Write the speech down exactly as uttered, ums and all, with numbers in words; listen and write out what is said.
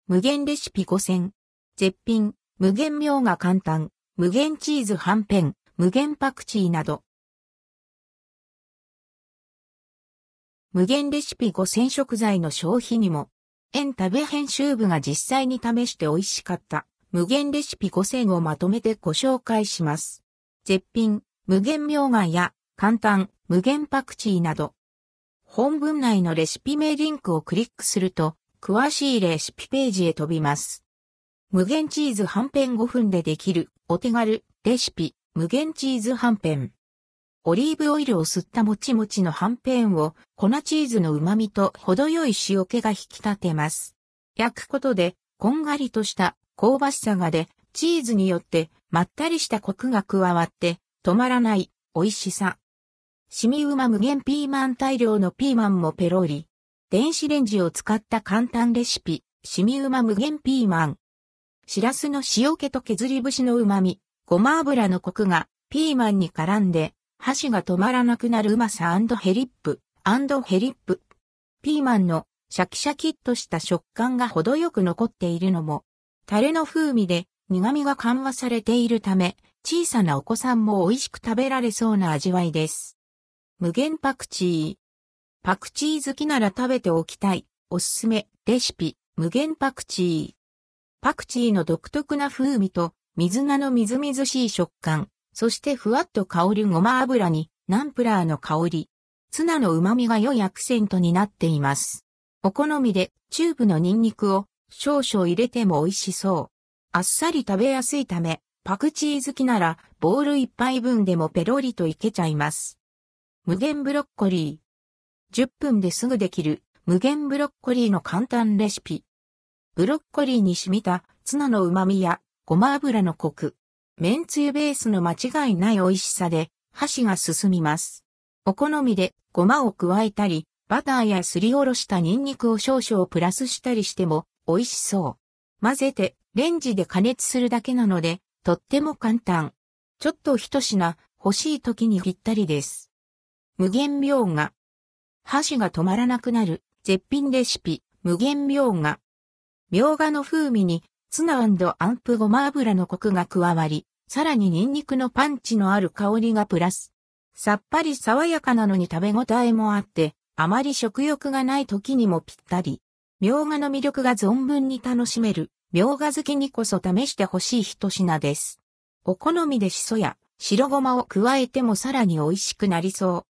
無限レシピごせん。絶品、無限みょうが簡単、無限チーズはんぺん、無限パクチーなど。無限レシピごせん食材の消費にも。円食べ編集部が実際に試して美味しかった無限レシピごせんをまとめてご紹介します。絶品、無限みょうがや簡単、無限パクチーなど。本文内のレシピ名リンクをクリックすると、詳しいレシピページへ飛びます。無限チーズはんぺんごふんでできるお手軽レシピ、無限チーズはんぺん。オリーブオイルを吸ったもちもちのはんぺんを粉チーズの旨味と程よい塩気が引き立てます。焼くことでこんがりとした香ばしさが出、チーズによってまったりしたコクが加わって止まらない美味しさ。しみうま無限ピーマン大量のピーマンもペロリ。電子レンジを使った簡単レシピ、しみうま無限ピーマン。しらすの塩気と削り節の旨味、ごま油のコクがピーマンに絡んで、箸が止まらなくなるうまさ&ヘリップ、&ヘリップ。ピーマンのシャキシャキっとした食感が程よく残っているのも、タレの風味で苦味が緩和されているため、小さなお子さんも美味しく食べられそうな味わいです。無限パクチー。パクチー好きなら食べておきたい、おすすめ、レシピ、無限パクチー。パクチーの独特な風味と、水菜のみずみずしい食感。そしてふわっと香るごま油にナンプラーの香り。ツナの旨味が良いアクセントになっています。お好みでチューブのニンニクを少々入れても美味しそう。あっさり食べやすいため、パクチー好きならボウル一杯分でもペロリといけちゃいます。無限ブロッコリー。じゅっぷんですぐできる無限ブロッコリーの簡単レシピ。ブロッコリーに染みたツナの旨味やごま油のコク。めんつゆベースの間違いない美味しさで箸が進みます。お好みでごまを加えたり、バターやすりおろしたニンニクを少々プラスしたりしても美味しそう。混ぜてレンジで加熱するだけなのでとっても簡単。ちょっと一品欲しい時にぴったりです。無限みょうが。箸が止まらなくなる絶品レシピ無限みょうが。みょうがの風味にツナ&アンプごま油のコクが加わり、さらにニンニクのパンチのある香りがプラス。さっぱり爽やかなのに食べ応えもあって、あまり食欲がない時にもぴったり。みょうがの魅力が存分に楽しめる、みょうが好きにこそ試してほしい一品です。お好みでしそや白ごまを加えてもさらに美味しくなりそう。